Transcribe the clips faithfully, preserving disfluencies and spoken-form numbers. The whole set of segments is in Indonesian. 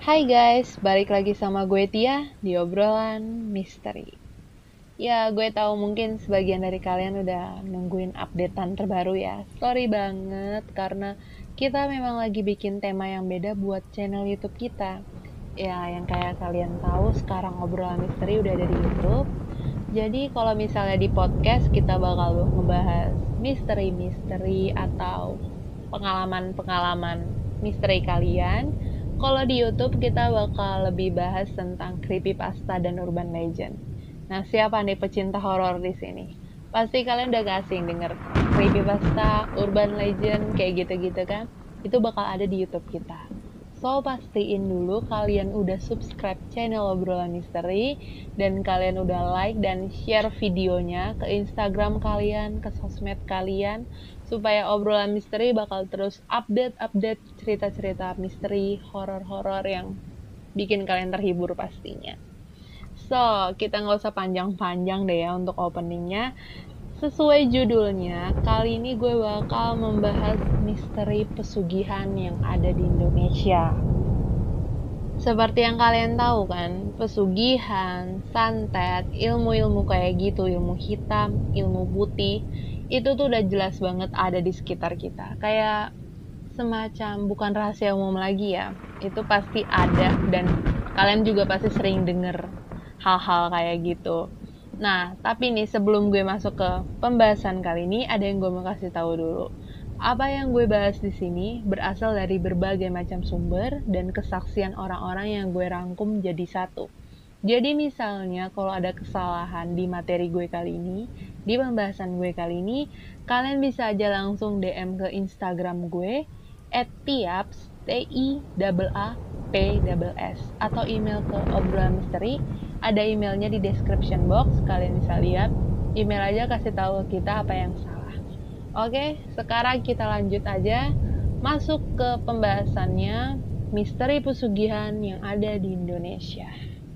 Hai guys, balik lagi sama gue Tia di obrolan misteri. Ya, gue tahu mungkin sebagian dari kalian udah nungguin updatean terbaru ya. Sorry banget karena kita memang lagi bikin tema yang beda buat channel YouTube kita. Ya, yang kayak kalian tahu sekarang obrolan misteri udah ada di YouTube. Jadi kalau misalnya di podcast kita bakal ngebahas misteri-misteri atau pengalaman-pengalaman misteri kalian. Kalau di YouTube kita bakal lebih bahas tentang creepypasta dan urban legend. Nah, siapa nih pecinta horor di sini? Pasti kalian udah gak asing denger creepypasta, urban legend, kayak gitu-gitu kan? Itu bakal ada di YouTube kita. So, pastiin dulu kalian udah subscribe channel obrolan misteri dan kalian udah like dan share videonya ke Instagram kalian, ke sosmed kalian, supaya obrolan misteri bakal terus update-update cerita-cerita misteri, horor-horor yang bikin kalian terhibur pastinya. So, kita nggak usah panjang-panjang deh ya untuk openingnya. Sesuai judulnya, kali ini gue bakal membahas misteri pesugihan yang ada di Indonesia. Seperti yang kalian tahu kan, pesugihan, santet, ilmu-ilmu kayak gitu, ilmu hitam, ilmu putih, itu tuh udah jelas banget ada di sekitar kita. Kayak semacam bukan rahasia umum lagi ya, itu pasti ada dan kalian juga pasti sering denger hal-hal kayak gitu. Nah, tapi nih sebelum gue masuk ke pembahasan kali ini, ada yang gue mau kasih tahu dulu. Apa yang gue bahas di sini berasal dari berbagai macam sumber dan kesaksian orang-orang yang gue rangkum jadi satu. Jadi misalnya kalau ada kesalahan di materi gue kali ini, di pembahasan gue kali ini, kalian bisa aja langsung D M ke Instagram gue at tiaps, T I A A P S, atau email ke obrolan misteri. Ada emailnya di description box, kalian bisa lihat. Email aja kasih tahu kita apa yang salah. Oke, sekarang kita lanjut aja masuk ke pembahasannya misteri pesugihan yang ada di Indonesia.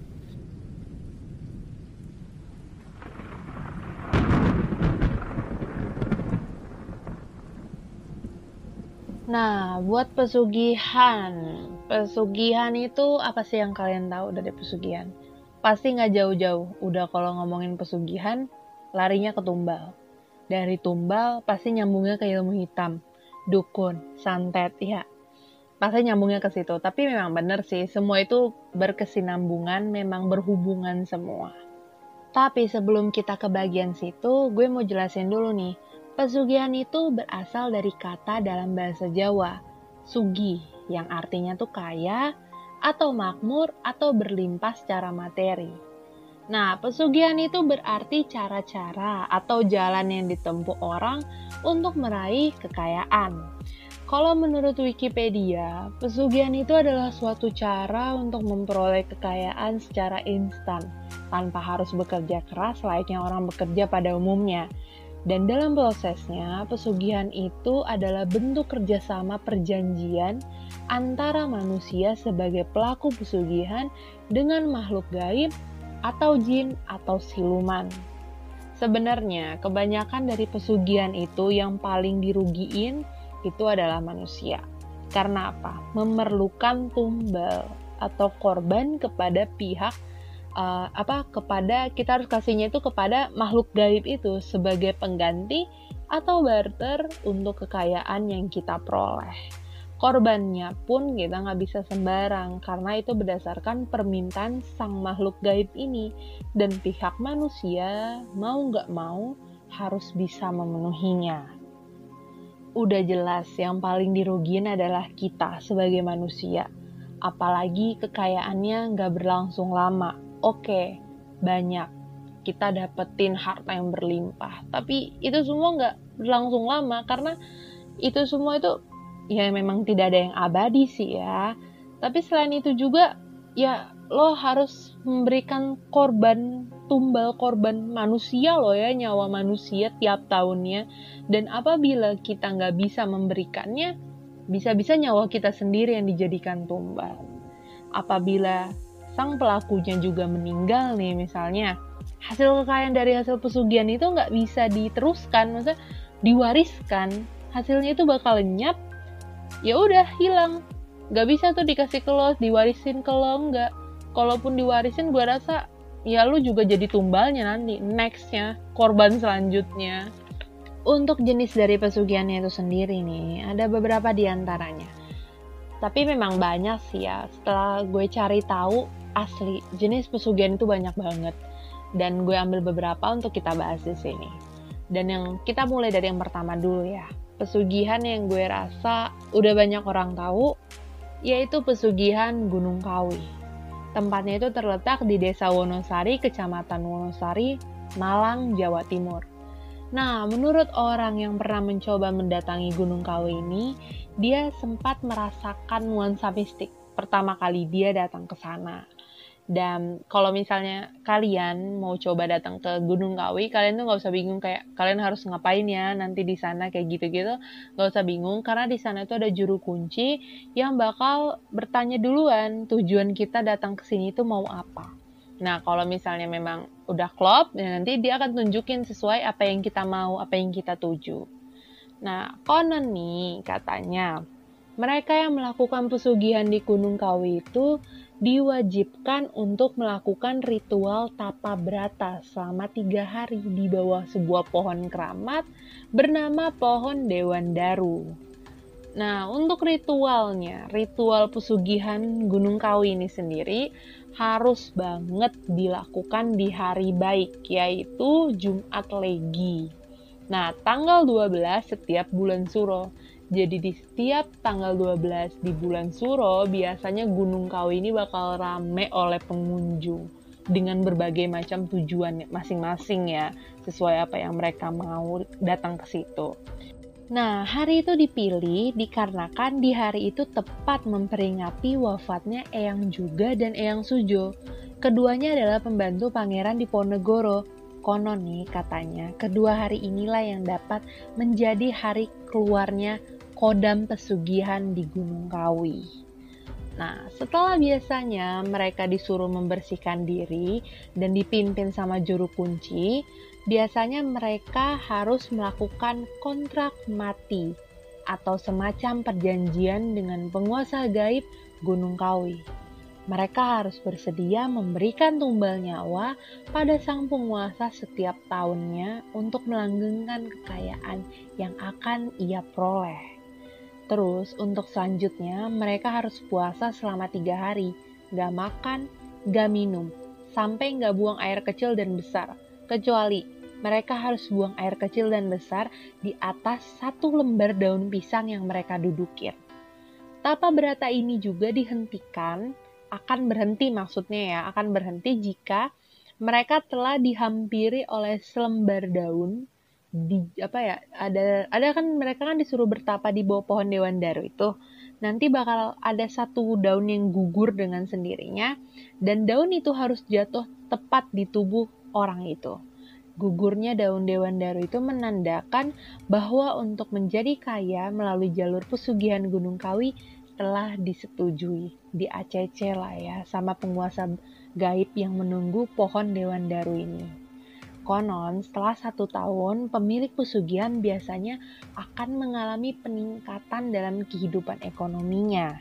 Nah, buat pesugihan. Pesugihan itu apa sih yang kalian tahu dari pesugihan? Pasti nggak jauh-jauh. Udah kalau ngomongin pesugihan, larinya ke tumbal. Dari tumbal, pasti nyambungnya ke ilmu hitam. Dukun, santet, ya. Pasti nyambungnya ke situ. Tapi memang bener sih, semua itu berkesinambungan, memang berhubungan semua. Tapi sebelum kita ke bagian situ, gue mau jelasin dulu nih. Pesugihan itu berasal dari kata dalam bahasa Jawa, sugi, yang artinya tuh kaya, atau makmur, atau berlimpah secara materi. Nah, pesugihan itu berarti cara-cara atau jalan yang ditempuh orang untuk meraih kekayaan. Kalau menurut Wikipedia, pesugihan itu adalah suatu cara untuk memperoleh kekayaan secara instan, tanpa harus bekerja keras layaknya orang bekerja pada umumnya. Dan dalam prosesnya, pesugihan itu adalah bentuk kerjasama perjanjian antara manusia sebagai pelaku pesugihan dengan makhluk gaib atau jin atau siluman. Sebenarnya, kebanyakan dari pesugihan itu yang paling dirugiin itu adalah manusia. Karena apa? Memerlukan tumbal atau korban kepada pihak uh, apa kepada kita harus kasihnya itu kepada makhluk gaib itu sebagai pengganti atau barter untuk kekayaan yang kita peroleh. Korbannya pun kita nggak bisa sembarang karena itu berdasarkan permintaan sang makhluk gaib ini dan pihak manusia mau nggak mau harus bisa memenuhinya. Udah jelas yang paling dirugiin adalah kita sebagai manusia, apalagi kekayaannya nggak berlangsung lama. Oke, banyak kita dapetin harta yang berlimpah, tapi itu semua nggak berlangsung lama karena itu semua itu ya memang tidak ada yang abadi sih ya. Tapi selain itu juga ya lo harus memberikan korban, tumbal korban manusia lo ya, nyawa manusia tiap tahunnya. Dan apabila kita nggak bisa memberikannya, bisa-bisa nyawa kita sendiri yang dijadikan tumbal. Apabila sang pelakunya juga meninggal nih misalnya, hasil kekayaan dari hasil pesugihan itu nggak bisa diteruskan, maksudnya diwariskan, hasilnya itu bakal lenyap, ya udah hilang. Gak bisa tuh dikasih ke lo, diwarisin ke lo, enggak. Kalaupun diwarisin, gue rasa ya lu juga jadi tumbalnya nanti, nextnya, korban selanjutnya. Untuk jenis dari pesugihannya itu sendiri nih, ada beberapa di antaranya. Tapi memang banyak sih ya, setelah gue cari tahu, asli, jenis pesugihan itu banyak banget. Dan gue ambil beberapa untuk kita bahas di sini. Dan yang kita mulai dari yang pertama dulu ya. Pesugihan yang gue rasa udah banyak orang tahu, yaitu pesugihan Gunung Kawi. Tempatnya itu terletak di Desa Wonosari, Kecamatan Wonosari, Malang, Jawa Timur. Nah, menurut orang yang pernah mencoba mendatangi Gunung Kawi ini, dia sempat merasakan nuansa mistik pertama kali dia datang ke sana. Dan kalau misalnya kalian mau coba datang ke Gunung Kawi, kalian tuh nggak usah bingung kayak kalian harus ngapain ya nanti di sana kayak gitu-gitu. Nggak usah bingung karena di sana itu ada juru kunci yang bakal bertanya duluan tujuan kita datang ke sini itu mau apa. Nah, kalau misalnya memang udah klop, ya nanti dia akan tunjukin sesuai apa yang kita mau, apa yang kita tuju. Nah, konon nih katanya mereka yang melakukan pesugihan di Gunung Kawi itu diwajibkan untuk melakukan ritual tapa brata selama tiga hari di bawah sebuah pohon keramat bernama pohon Dewan Daru. Nah, untuk ritualnya, ritual pesugihan Gunung Kawi ini sendiri harus banget dilakukan di hari baik, yaitu Jumat Legi. Nah, tanggal dua belas setiap bulan Suro. Jadi di setiap tanggal dua belas di bulan Suro, biasanya Gunung Kawi ini bakal rame oleh pengunjung dengan berbagai macam tujuan masing-masing ya, sesuai apa yang mereka mau datang ke situ. Nah, hari itu dipilih dikarenakan di hari itu tepat memperingati wafatnya Eyang Juga dan Eyang Sujo. Keduanya adalah pembantu pangeran Diponegoro. Konon nih katanya, kedua hari inilah yang dapat menjadi hari keluarnya kodam pesugihan di Gunung Kawi. Nah, setelah biasanya mereka disuruh membersihkan diri dan dipimpin sama juru kunci, biasanya mereka harus melakukan kontrak mati atau semacam perjanjian dengan penguasa gaib Gunung Kawi. Mereka harus bersedia memberikan tumbal nyawa pada sang penguasa setiap tahunnya untuk melanggengkan kekayaan yang akan ia peroleh. Terus untuk selanjutnya mereka harus puasa selama tiga hari, gak makan, gak minum, sampai gak buang air kecil dan besar. Kecuali mereka harus buang air kecil dan besar di atas satu lembar daun pisang yang mereka dudukin. Tapa berata ini juga dihentikan, akan berhenti maksudnya ya, akan berhenti jika mereka telah dihampiri oleh selembar daun. Di apa ya ada ada kan mereka kan disuruh bertapa di bawah pohon Dewan Daru itu, nanti bakal ada satu daun yang gugur dengan sendirinya dan daun itu harus jatuh tepat di tubuh orang itu. Gugurnya daun Dewan Daru itu menandakan bahwa untuk menjadi kaya melalui jalur pesugihan Gunung Kawi telah disetujui, di A C C lah ya, sama penguasa gaib yang menunggu pohon Dewan Daru ini. Konon, setelah satu tahun, pemilik pesugihan biasanya akan mengalami peningkatan dalam kehidupan ekonominya.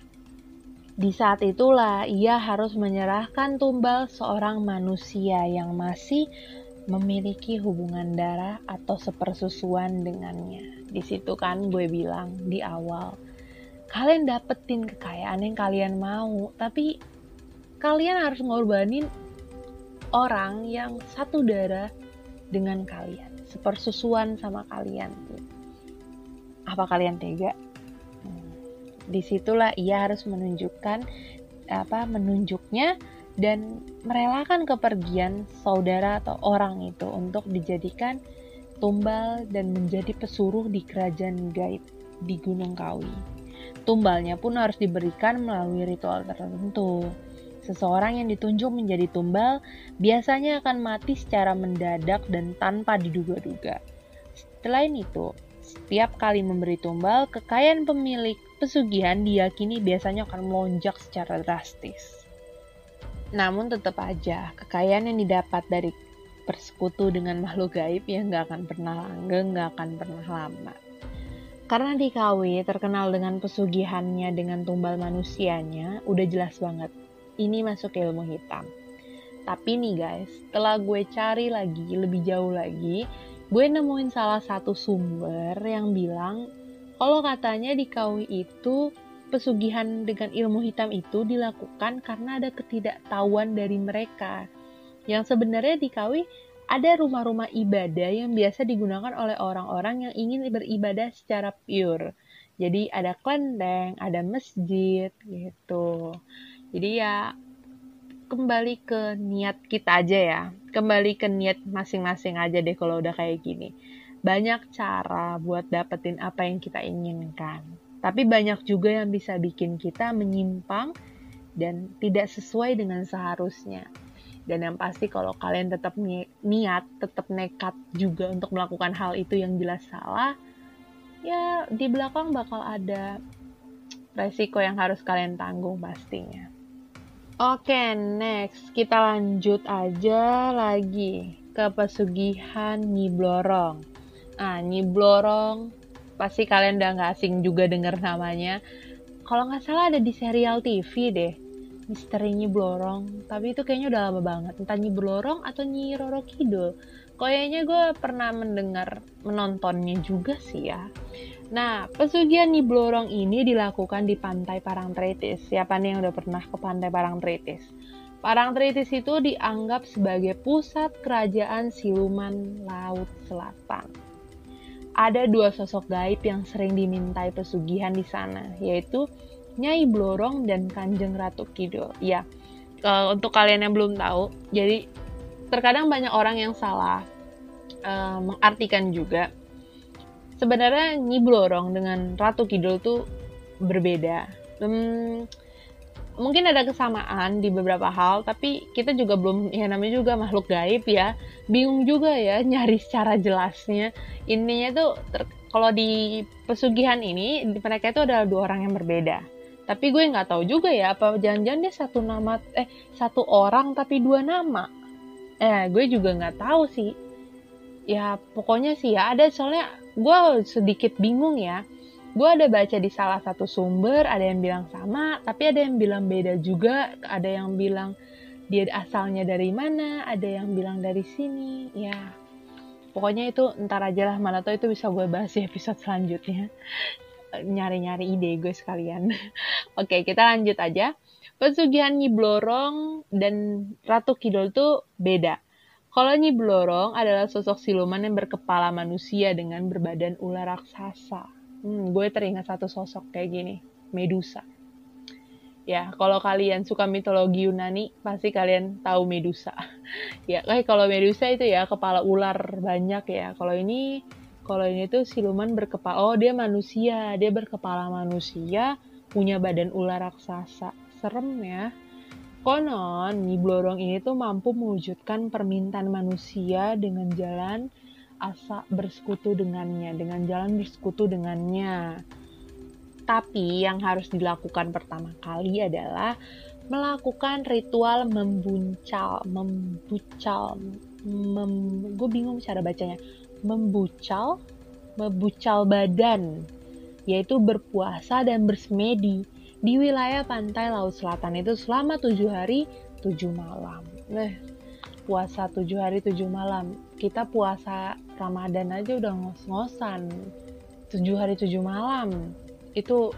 Di saat itulah, ia harus menyerahkan tumbal seorang manusia yang masih memiliki hubungan darah atau sepersusuan dengannya. Di situ kan gue bilang di awal, kalian dapetin kekayaan yang kalian mau, tapi kalian harus ngorbanin orang yang satu darah dengan kalian, sepersusuan sama kalian. Apa kalian tega? Hmm. Disitulah ia harus menunjukkan apa menunjuknya dan merelakan kepergian saudara atau orang itu untuk dijadikan tumbal dan menjadi pesuruh di kerajaan gaib di Gunung Kawi. Tumbalnya pun harus diberikan melalui ritual tertentu. Seseorang yang ditunjuk menjadi tumbal biasanya akan mati secara mendadak dan tanpa diduga-duga. Selain itu, setiap kali memberi tumbal, kekayaan pemilik pesugihan diyakini biasanya akan melonjak secara drastis. Namun tetap aja, kekayaan yang didapat dari bersekutu dengan makhluk gaib yang gak akan pernah langgeng, gak akan pernah lama. Karena Dikawi terkenal dengan pesugihannya dengan tumbal manusianya, udah jelas banget. Ini masuk ilmu hitam. Tapi nih guys, setelah gue cari lagi, lebih jauh lagi, gue nemuin salah satu sumber yang bilang kalau katanya Dikawi itu pesugihan dengan ilmu hitam itu dilakukan karena ada ketidaktahuan dari mereka. Yang sebenarnya Dikawi ada rumah-rumah ibadah yang biasa digunakan oleh orang-orang yang ingin beribadah secara pure. Jadi ada kelenteng, ada masjid gitu. Jadi ya kembali ke niat kita aja ya. Kembali ke niat masing-masing aja deh kalau udah kayak gini. Banyak cara buat dapetin apa yang kita inginkan. Tapi banyak juga yang bisa bikin kita menyimpang dan tidak sesuai dengan seharusnya. Dan yang pasti kalau kalian tetap niat, tetap nekat juga untuk melakukan hal itu yang jelas salah, ya di belakang bakal ada resiko yang harus kalian tanggung pastinya. Oke, next. Kita lanjut aja lagi ke pesugihan Nyi Blorong. Ah, Nyi Blorong, pasti kalian udah gak asing juga denger namanya. Kalau gak salah ada di serial T V deh. Misteri Nyi Blorong, tapi itu kayaknya udah lama banget. Entah Nyi Blorong atau Nyi Roro Kidul. Kayaknya gue pernah mendengar, menontonnya juga sih ya. Nah, pesugihan Nyi Blorong ini dilakukan di Pantai Parangtritis. Siapa nih yang udah pernah ke Pantai Parangtritis? Parangtritis itu dianggap sebagai pusat kerajaan siluman Laut Selatan. Ada dua sosok gaib yang sering dimintai pesugihan di sana, yaitu Nyai Blorong dan Kanjeng Ratu Kidul. Ya, uh, untuk kalian yang belum tahu, jadi terkadang banyak orang yang salah uh, mengartikan juga. Sebenarnya Nyi Blorong dengan Ratu Kidul tuh berbeda. Hmm, mungkin ada kesamaan di beberapa hal, tapi kita juga belum, ya namanya juga makhluk gaib ya, bingung juga ya nyari secara jelasnya. Intinya tuh, ter- kalau di pesugihan ini, mereka itu adalah dua orang yang berbeda. Tapi gue nggak tahu juga ya, apa jangan-jangan dia satu nama, eh satu orang tapi dua nama. Eh, gue juga nggak tahu sih. Ya pokoknya sih ya ada, soalnya gue sedikit bingung ya. Gue ada baca di salah satu sumber, ada yang bilang sama, tapi ada yang bilang beda juga. Ada yang bilang dia asalnya dari mana, ada yang bilang dari sini. Ya pokoknya itu ntar aja lah, mana tahu itu bisa gue bahas di episode selanjutnya. Nyari-nyari ide gue sekalian. Oke, kita lanjut aja. Pesugihan Nyi Blorong dan Ratu Kidul tuh beda. Kalau Nyi Blorong adalah sosok siluman yang berkepala manusia dengan berbadan ular raksasa. Hmm, gue teringat satu sosok kayak gini, Medusa. Ya, kalau kalian suka mitologi Yunani, pasti kalian tahu Medusa. Ya, kayak kalau Medusa itu ya kepala ular banyak ya. Kalau ini Kalau ini tuh siluman berkepala, oh dia manusia, dia berkepala manusia, punya badan ular raksasa. Serem ya. Konon, Nyi Blorong ini tuh mampu mewujudkan permintaan manusia dengan jalan asa bersekutu dengannya, dengan jalan bersekutu dengannya. Tapi yang harus dilakukan pertama kali adalah melakukan ritual membuncal, membucal, mem, gue bingung cara bacanya. membucal, membucal badan, yaitu berpuasa dan bersemedi di wilayah pantai Laut Selatan itu selama tujuh hari, tujuh malam. Nah, puasa tujuh hari, tujuh malam. Kita puasa Ramadan aja udah ngos-ngosan. tujuh hari, tujuh malam. Itu,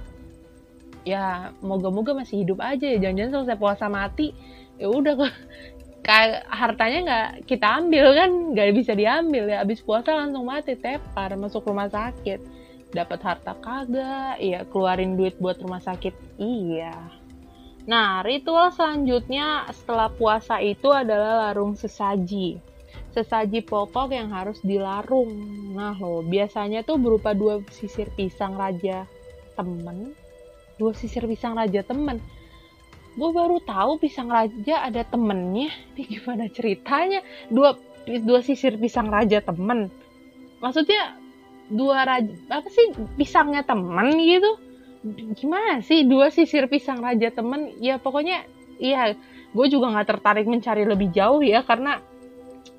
ya moga-moga masih hidup aja ya. Jangan-jangan selesai puasa mati, ya udah kok. Hartanya nggak kita ambil kan, nggak bisa diambil ya, abis puasa langsung mati, tepar, masuk rumah sakit, dapat harta kagak, iya keluarin duit buat rumah sakit, iya. Nah, ritual selanjutnya setelah puasa itu adalah larung sesaji, sesaji pokok yang harus dilarung. Nah loh, biasanya tuh berupa dua sisir pisang raja temen, dua sisir pisang raja temen. Gue baru tahu pisang raja ada temennya. Ini gimana ceritanya? Dua dua sisir pisang raja temen. Maksudnya dua raja apa sih, pisangnya temen gitu? Gimana sih dua sisir pisang raja temen? Ya pokoknya iya, gue juga nggak tertarik mencari lebih jauh ya, karena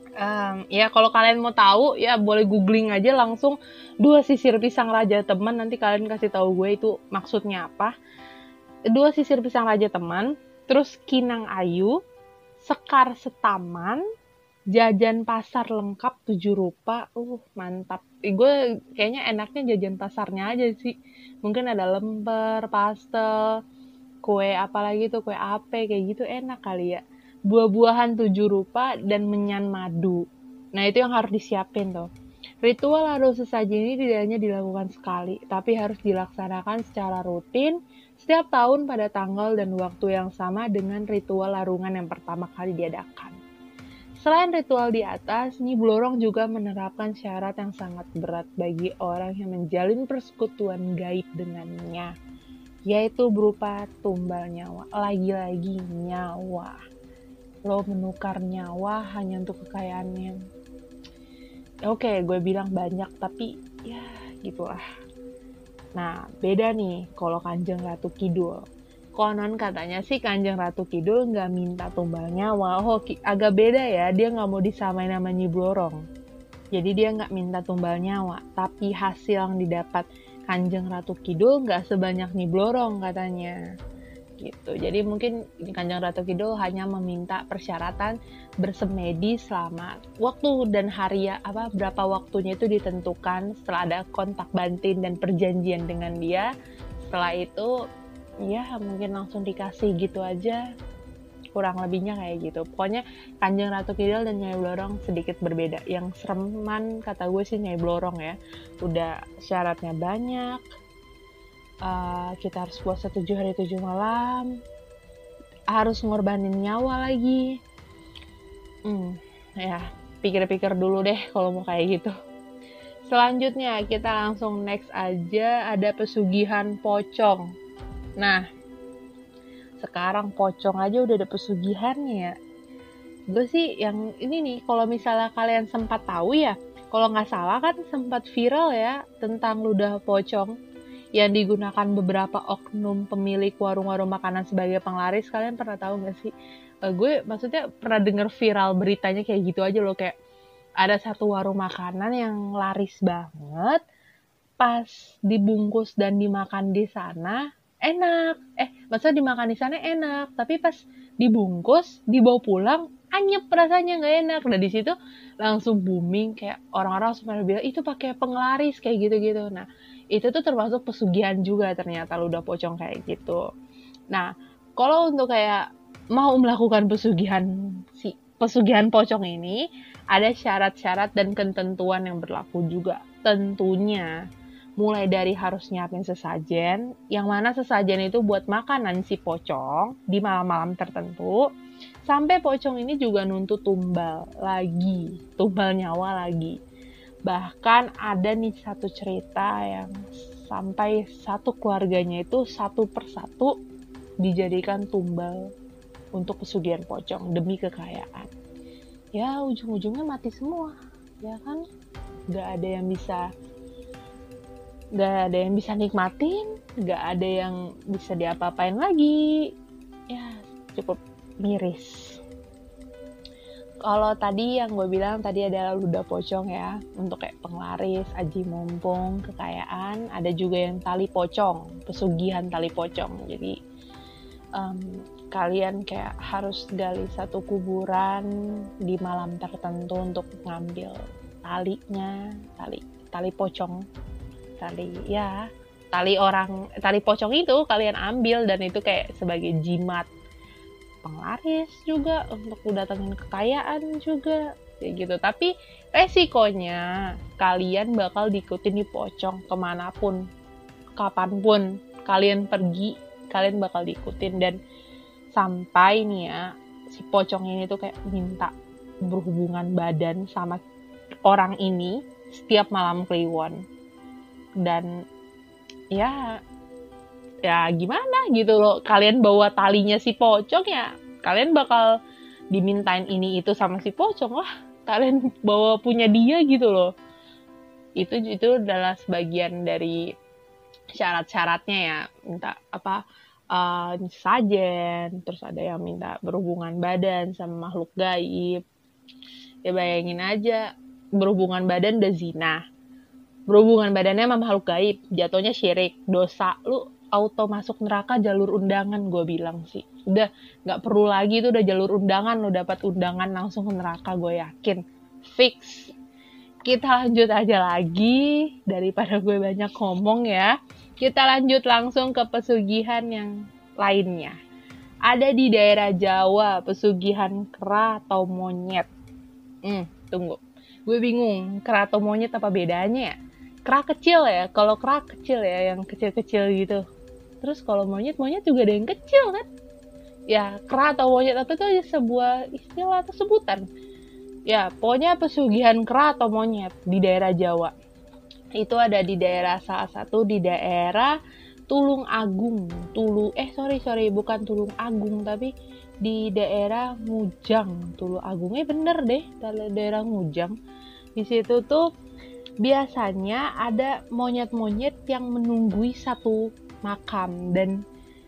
Um, ya kalau kalian mau tahu ya boleh googling aja langsung dua sisir pisang raja teman, nanti kalian kasih tahu gue itu maksudnya apa. Dua sisir pisang raja teman, terus Kinang Ayu, Sekar Setaman, jajan pasar lengkap tujuh rupa. Uh mantap. Eh, gue kayaknya enaknya jajan pasarnya aja sih. Mungkin ada lemper, pastel, kue apalagi tuh, kue ape kayak gitu enak kali ya. Buah-buahan tujuh rupa dan menyan madu. Nah itu yang harus disiapin tuh. Ritual adu sesaji ini tidak hanya dilakukan sekali, tapi harus dilaksanakan secara rutin setiap tahun pada tanggal dan waktu yang sama dengan ritual larungan yang pertama kali diadakan. Selain ritual di atas, Nyi Blorong juga menerapkan syarat yang sangat berat bagi orang yang menjalin persekutuan gaib dengannya, yaitu berupa tumbal nyawa. Lagi-lagi nyawa. Lo menukar nyawa hanya untuk kekayaan yang oke, okay, gue bilang banyak, tapi ya gitulah. Nah, beda nih kalau Kanjeng Ratu Kidul. Konon katanya sih Kanjeng Ratu Kidul nggak minta tumbal nyawa. Oh, agak beda ya, dia nggak mau disamain sama Nyi Blorong. Jadi dia nggak minta tumbal nyawa, tapi hasil yang didapat Kanjeng Ratu Kidul nggak sebanyak Nyi Blorong katanya. Gitu. Jadi mungkin Kanjeng Ratu Kidul hanya meminta persyaratan bersemedi selama waktu dan hari ya, apa berapa waktunya itu ditentukan setelah ada kontak batin dan perjanjian dengan dia. Setelah itu ya mungkin langsung dikasih gitu aja, kurang lebihnya kayak gitu. Pokoknya Kanjeng Ratu Kidul dan Nyai Blorong sedikit berbeda. Yang sereman kata gue sih Nyai Blorong ya, udah syaratnya banyak. Uh, kita harus puasa tujuh hari tujuh malam, harus ngorbanin nyawa lagi. Hmm, ya pikir-pikir dulu deh kalau mau kayak gitu. Selanjutnya kita langsung next aja, ada pesugihan pocong. Nah, sekarang pocong aja udah ada pesugihannya ya. Gue sih yang ini nih, kalau misalnya kalian sempat tahu ya, kalau nggak salah kan sempat viral ya tentang ludah pocong yang digunakan beberapa oknum pemilik warung-warung makanan sebagai penglaris. Kalian pernah tahu nggak sih? Uh, gue maksudnya pernah denger viral beritanya kayak gitu aja loh, kayak ada satu warung makanan yang laris banget, pas dibungkus dan dimakan di sana enak. Eh, maksudnya dimakan di sana enak, tapi pas dibungkus, dibawa pulang, anyep rasanya nggak enak. Nah di situ langsung booming, kayak orang-orang langsung pada bilang itu pakai penglaris kayak gitu-gitu. Nah itu tuh termasuk pesugihan juga ternyata ludah pocong kayak gitu. Nah kalau untuk kayak mau melakukan pesugihan si pesugihan pocong ini, ada syarat-syarat dan ketentuan yang berlaku juga. Tentunya mulai dari harus nyiapin sesajen, yang mana sesajen itu buat makanan si pocong di malam-malam tertentu, sampai pocong ini juga nuntut tumbal lagi, tumbal nyawa lagi. Bahkan ada nih satu cerita yang sampai satu keluarganya itu satu persatu dijadikan tumbal untuk pesugihan pocong demi kekayaan. Ya ujung-ujungnya mati semua, ya kan? Gak ada yang bisa gak ada yang bisa nikmatin, gak ada yang bisa diapa-apain lagi. Ya cukup miris. Kalau tadi yang gue bilang tadi adalah ludah pocong ya, untuk kayak penglaris, aji mumpung, kekayaan. Ada juga yang tali pocong, pesugihan tali pocong. Jadi um, kalian kayak harus gali satu kuburan di malam tertentu untuk ngambil talinya, tali tali pocong, tali ya, tali orang, tali pocong itu kalian ambil dan itu kayak sebagai jimat penglaris juga, untuk datangin kekayaan juga kayak gitu. Tapi resikonya kalian bakal diikutin di pocong kemanapun, kapanpun kalian pergi, kalian bakal diikutin. Dan sampai nih ya, si pocong ini tuh kayak minta berhubungan badan sama orang ini setiap malam kliwon. Dan ya ya gimana gitu loh, kalian bawa talinya si pocong ya kalian bakal dimintain ini itu sama si pocong lah, kalian bawa punya dia gitu loh. Itu itu adalah sebagian dari syarat-syaratnya ya, minta apa uh, sajen, terus ada yang minta berhubungan badan sama makhluk gaib. Ya bayangin aja, berhubungan badan udah zina, berhubungan badannya sama makhluk gaib, jatuhnya syirik, dosa, lu auto masuk neraka jalur undangan, gue bilang sih. Udah nggak perlu lagi tuh, udah jalur undangan, lu dapat undangan langsung ke neraka, gue yakin. Fix. Kita lanjut aja lagi, daripada gue banyak ngomong ya. Kita lanjut langsung ke pesugihan yang lainnya. Ada di daerah Jawa, pesugihan kera atau monyet. Hmm, tunggu. Gue bingung, kera atau monyet apa bedanya ya? Kera kecil ya, kalau kera kecil ya, yang kecil-kecil gitu. Terus kalau monyet-monyet juga ada yang kecil kan? Ya, kera atau monyet itu tuh sebuah istilah atau sebutan. Ya, pokoknya pesugihan kera atau monyet di daerah Jawa. Itu ada di daerah salah satu di daerah Tulung Agung. Tulu eh sorry sorry bukan Tulung Agung tapi di daerah Ngujang. Tulung Agungnya bener deh, dari daerah Ngujang. Di situ tuh biasanya ada monyet-monyet yang menunggui satu makam, dan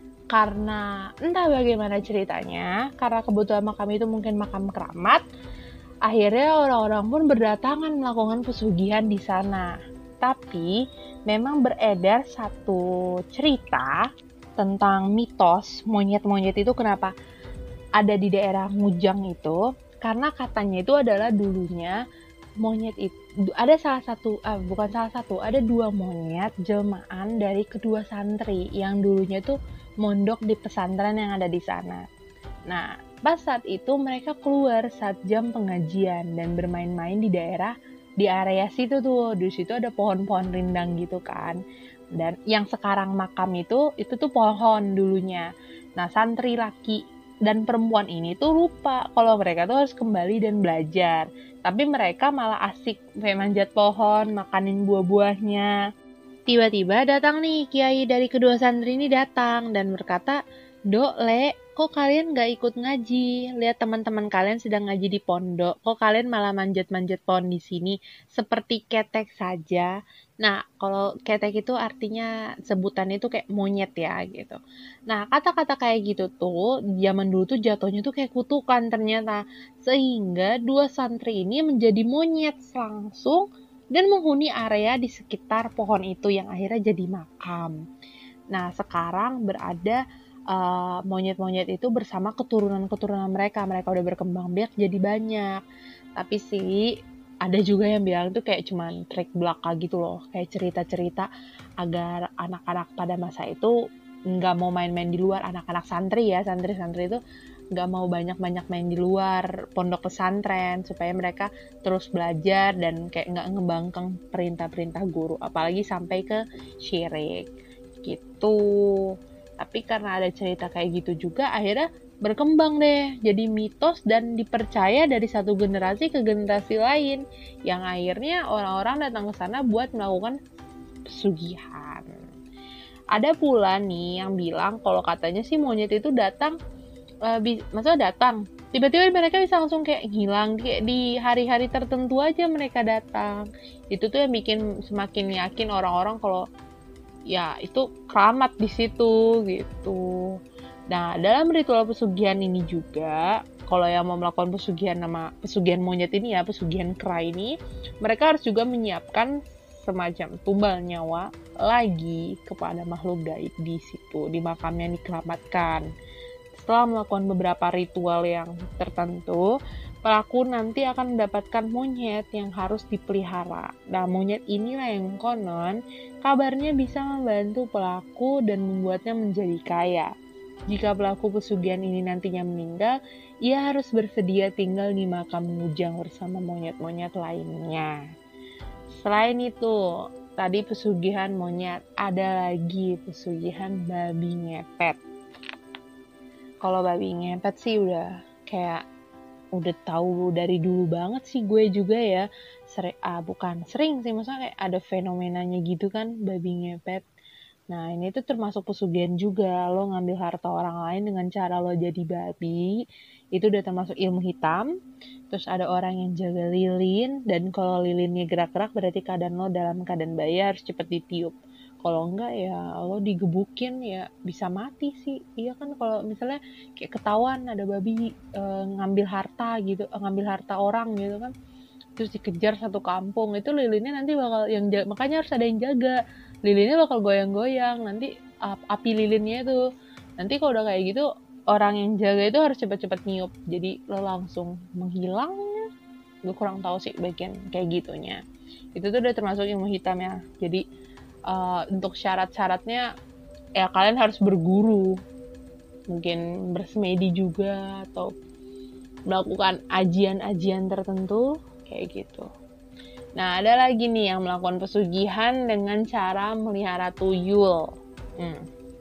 karena entah bagaimana ceritanya, karena kebetulan makam itu mungkin makam keramat, akhirnya orang-orang pun berdatangan melakukan pesugihan di sana. Tapi memang beredar satu cerita tentang mitos monyet-monyet itu kenapa ada di daerah Ngujang itu, karena katanya itu adalah dulunya monyet itu ada salah satu ah, bukan salah satu ada dua monyet jelmaan dari kedua santri yang dulunya tuh mondok di pesantren yang ada di sana. Nah, pas saat itu mereka keluar saat jam pengajian dan bermain-main di daerah di area situ tuh. Di situ ada pohon-pohon rindang gitu kan. Dan yang sekarang makam itu itu tuh pohon dulunya. Nah, santri laki dan perempuan ini tuh lupa kalau mereka tuh harus kembali dan belajar. Tapi mereka malah asik kayak manjat pohon, makanin buah-buahnya. Tiba-tiba datang nih kiai dari kedua santri ini datang dan berkata, "Dok, Le, kok kalian gak ikut ngaji? Lihat teman-teman kalian sedang ngaji di pondok. Kok kalian malah manjat-manjat pohon di sini? Seperti ketek saja." Nah, kalau ketek itu artinya sebutannya itu kayak monyet ya gitu. Nah, kata-kata kayak gitu tuh zaman dulu tuh jatuhnya tuh kayak kutukan ternyata. Sehingga dua santri ini menjadi monyet langsung dan menghuni area di sekitar pohon itu yang akhirnya jadi makam. Nah, sekarang berada uh, monyet-monyet itu bersama keturunan-keturunan mereka. Mereka udah berkembang biak jadi banyak. Tapi sih ada juga yang bilang itu kayak cuman trik belaka gitu loh. Kayak cerita-cerita agar anak-anak pada masa itu nggak mau main-main di luar. Anak-anak santri ya, santri-santri itu nggak mau banyak-banyak main di luar pondok pesantren supaya mereka terus belajar dan kayak nggak ngebangkang perintah-perintah guru. Apalagi sampai ke syirik gitu. Tapi karena ada cerita kayak gitu juga akhirnya berkembang deh jadi mitos dan dipercaya dari satu generasi ke generasi lain yang akhirnya orang-orang datang ke sana buat melakukan pesugihan. Ada pula nih yang bilang kalau katanya sih monyet itu datang uh, bi- maksudnya datang tiba-tiba mereka bisa langsung kayak hilang, kayak di hari-hari tertentu aja mereka datang. Itu tuh yang bikin semakin yakin orang-orang kalau ya itu keramat di situ gitu. Nah, dalam ritual pesugihan ini juga, kalau yang mau melakukan pesugihan nama pesugihan monyet ini ya, pesugihan kera ini, mereka harus juga menyiapkan semacam tumbal nyawa lagi kepada makhluk gaib di situ, di makam yang dikeramatkan. Setelah melakukan beberapa ritual yang tertentu, pelaku nanti akan mendapatkan monyet yang harus dipelihara. Nah, monyet inilah yang konon kabarnya bisa membantu pelaku dan membuatnya menjadi kaya. Jika pelaku pesugihan ini nantinya meninggal, ia harus bersedia tinggal di makam Ngujang bersama monyet-monyet lainnya. Selain itu, tadi pesugihan monyet, ada lagi pesugihan babi ngepet. Kalau babi ngepet sih udah kayak udah tahu dari dulu banget sih gue juga ya. Seri, ah, bukan sering sih, maksudnya kayak ada fenomenanya gitu kan babi ngepet. Nah, ini tuh termasuk pesugihan juga. Lo ngambil harta orang lain dengan cara lo jadi babi. Itu udah termasuk ilmu hitam. Terus ada orang yang jaga lilin. Dan kalau lilinnya gerak-gerak berarti keadaan lo dalam keadaan bahaya, harus cepet ditiup. Kalau enggak ya lo digebukin ya bisa mati sih. Iya kan, kalau misalnya kayak ketahuan ada babi e, ngambil harta gitu, ngambil harta orang gitu kan, terus dikejar satu kampung, itu lilinnya nanti bakal yang jaga, makanya harus ada yang jaga. Lilinnya bakal goyang-goyang, nanti api lilinnya itu. Nanti kalau udah kayak gitu, orang yang jaga itu harus cepat-cepat niup, jadi lo langsung menghilangnya. Gue kurang tahu sih bagian kayak gitunya. Itu tuh udah termasuk ilmu hitam ya. Jadi uh, untuk syarat-syaratnya ya kalian harus berguru, mungkin bersemedi juga, atau melakukan ajian-ajian tertentu kayak gitu. Nah, ada lagi nih yang melakukan pesugihan dengan cara melihara tuyul. Hmm.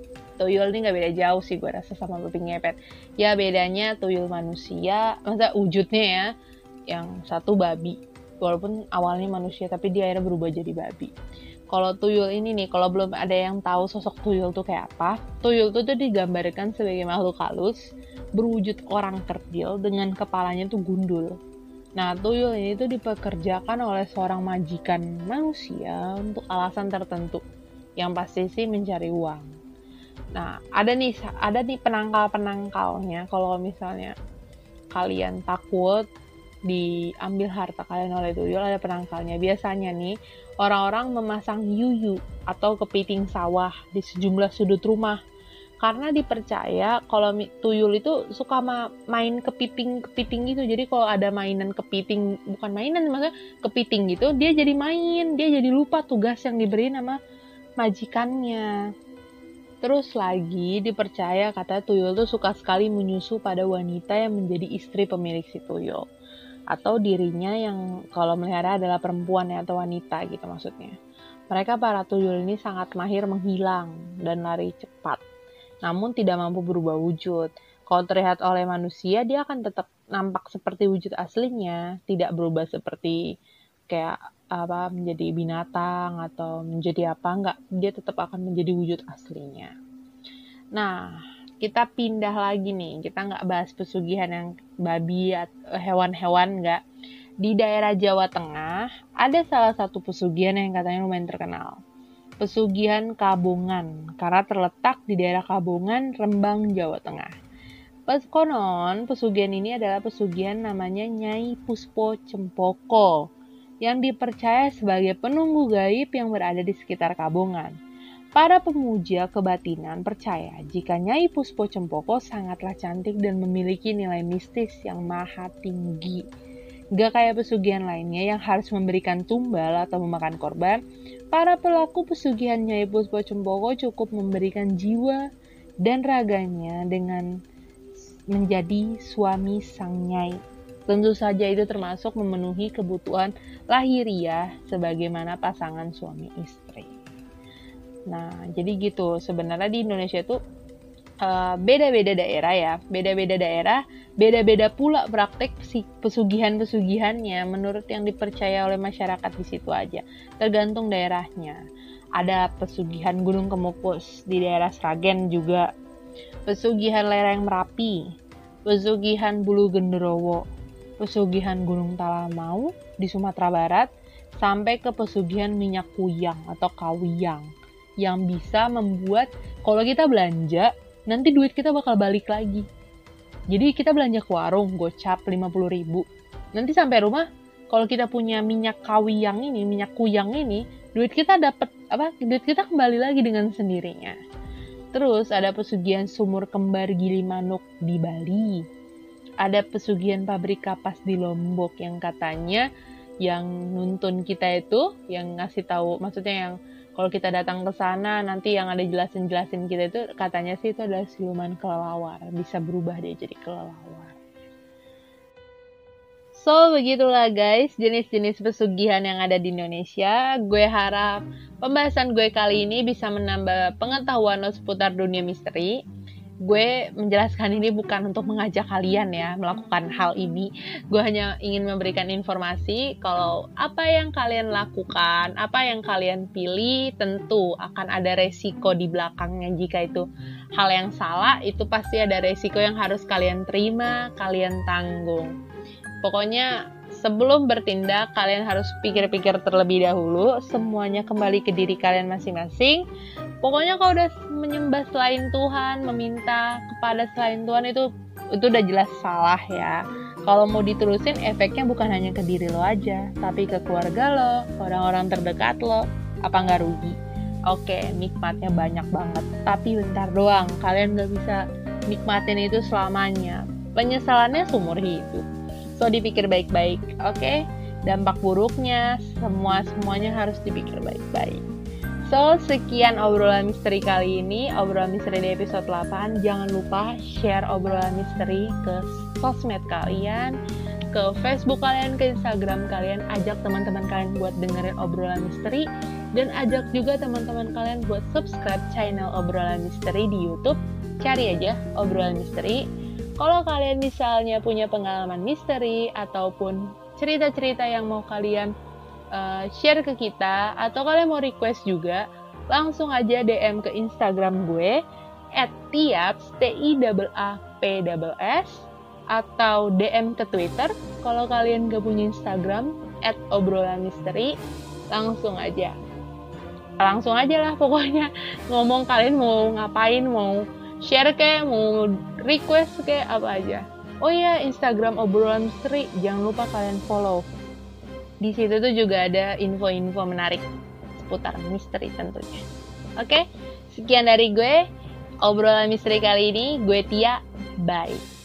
Tuyul ini gak beda jauh sih gue rasa sama babi ngepet. Ya bedanya tuyul manusia, maksudnya wujudnya ya, yang satu babi. Walaupun awalnya manusia, tapi dia akhirnya berubah jadi babi. Kalau tuyul ini nih, kalau belum ada yang tahu sosok tuyul tuh kayak apa, tuyul tuh tuh digambarkan sebagai makhluk halus, berwujud orang kerdil dengan kepalanya tuh gundul. Nah, tuyul ini tuh dipekerjakan oleh seorang majikan manusia untuk alasan tertentu, yang pasti sih mencari uang. Nah, ada nih ada nih penangkal-penangkalnya. Kalau misalnya kalian takut diambil harta kalian oleh tuyul, ada penangkalnya. Biasanya nih orang-orang memasang yuyu atau kepiting sawah di sejumlah sudut rumah, karena dipercaya kalau tuyul itu suka main kepiting-kepiting gitu. Jadi kalau ada mainan kepiting, bukan mainan maksudnya kepiting gitu, dia jadi main, dia jadi lupa tugas yang diberi nama majikannya. Terus lagi dipercaya kata tuyul tuh suka sekali menyusu pada wanita yang menjadi istri pemilik si tuyul, atau dirinya yang kalau melihara adalah perempuan ya, atau wanita gitu maksudnya. Mereka para tuyul ini sangat mahir menghilang dan lari cepat, namun tidak mampu berubah wujud. Kalau terlihat oleh manusia, dia akan tetap nampak seperti wujud aslinya, tidak berubah seperti kayak apa menjadi binatang atau menjadi apa, enggak, dia tetap akan menjadi wujud aslinya. Nah, kita pindah lagi nih, kita nggak bahas pesugihan yang babi atau hewan-hewan, nggak. Di daerah Jawa Tengah ada salah satu pesugihan yang katanya lumayan terkenal, pesugihan Kabongan, karena terletak di daerah Kabongan, Rembang, Jawa Tengah. Pas konon, pesugihan ini adalah pesugihan namanya Nyai Puspo Cempoko, yang dipercaya sebagai penunggu gaib yang berada di sekitar Kabongan. Para pemuja kebatinan percaya jika Nyai Puspo Cempoko sangatlah cantik dan memiliki nilai mistis yang maha tinggi. Gak kayak pesugihan lainnya yang harus memberikan tumbal atau memakan korban, para pelaku pesugihan Nyai Puspo Cempoko cukup memberikan jiwa dan raganya dengan menjadi suami sang Nyai. Tentu saja itu termasuk memenuhi kebutuhan lahiriah sebagaimana pasangan suami istri. Nah, jadi gitu. Sebenarnya di Indonesia itu uh, beda-beda daerah ya. Beda-beda daerah, beda-beda pula praktek pesugihan-pesugihannya menurut yang dipercaya oleh masyarakat di situ aja. Tergantung daerahnya. Ada pesugihan Gunung Kemupus di daerah Sragen juga. Pesugihan lereng Merapi, pesugihan Bulu Genderowo, pesugihan Gunung Talamau di Sumatera Barat, sampai ke pesugihan minyak kuyang atau kawiyang, yang bisa membuat kalau kita belanja, nanti duit kita bakal balik lagi. Jadi kita belanja ke warung, gocap lima puluh ribu. Nanti sampai rumah, kalau kita punya minyak kawiyang ini, minyak kuyang ini, duit kita dapat apa? Duit kita kembali lagi dengan sendirinya. Terus ada pesugihan sumur kembar Gilimanuk di Bali. Ada pesugihan pabrik kapas di Lombok yang katanya yang nuntun kita itu, yang ngasih tahu, maksudnya yang kalau kita datang ke sana nanti yang ada jelasin-jelasin kita itu, katanya sih itu adalah siluman kelelawar, bisa berubah dia jadi kelelawar. So, begitulah guys jenis-jenis pesugihan yang ada di Indonesia. Gue harap pembahasan gue kali ini bisa menambah pengetahuan lo seputar dunia misteri. Gue menjelaskan ini bukan untuk mengajak kalian ya melakukan hal ini. Gue hanya ingin memberikan informasi kalau apa yang kalian lakukan, apa yang kalian pilih, tentu akan ada resiko di belakangnya. Jika itu hal yang salah, itu pasti ada resiko yang harus kalian terima, kalian tanggung. Pokoknya sebelum bertindak, kalian harus pikir-pikir terlebih dahulu, semuanya kembali ke diri kalian masing-masing. Pokoknya kalau udah menyembah selain Tuhan, meminta kepada selain Tuhan itu itu udah jelas salah ya. Kalau mau diterusin, efeknya bukan hanya ke diri lo aja, tapi ke keluarga lo, orang-orang terdekat lo. Apa nggak rugi? Oke, nikmatnya banyak banget, tapi bentar doang. Kalian nggak bisa nikmatin itu selamanya. Penyesalannya seumur hidup. So, dipikir baik-baik, oke? Dampak buruknya, semua-semuanya harus dipikir baik-baik. So, sekian obrolan misteri kali ini, obrolan misteri di episode delapan. Jangan lupa share obrolan misteri ke sosmed kalian, ke Facebook kalian, ke Instagram kalian. Ajak teman-teman kalian buat dengerin obrolan misteri. Dan ajak juga teman-teman kalian buat subscribe channel obrolan misteri di YouTube. Cari aja obrolan misteri. Kalau kalian misalnya punya pengalaman misteri ataupun cerita-cerita yang mau kalian uh, share ke kita, atau kalian mau request juga, langsung aja D M ke Instagram gue at tiaps, T I A A P S, atau D M ke Twitter. Kalau kalian gak punya Instagram, at obrolan misteri, langsung aja. Langsung aja lah pokoknya ngomong kalian mau ngapain, mau share kayak, mau request kayak apa aja. Oh iya, Instagram obrolan misteri, jangan lupa kalian follow. Di situ tuh juga ada info-info menarik seputar misteri tentunya. Oke, sekian dari gue, obrolan misteri kali ini. Gue Tia, bye.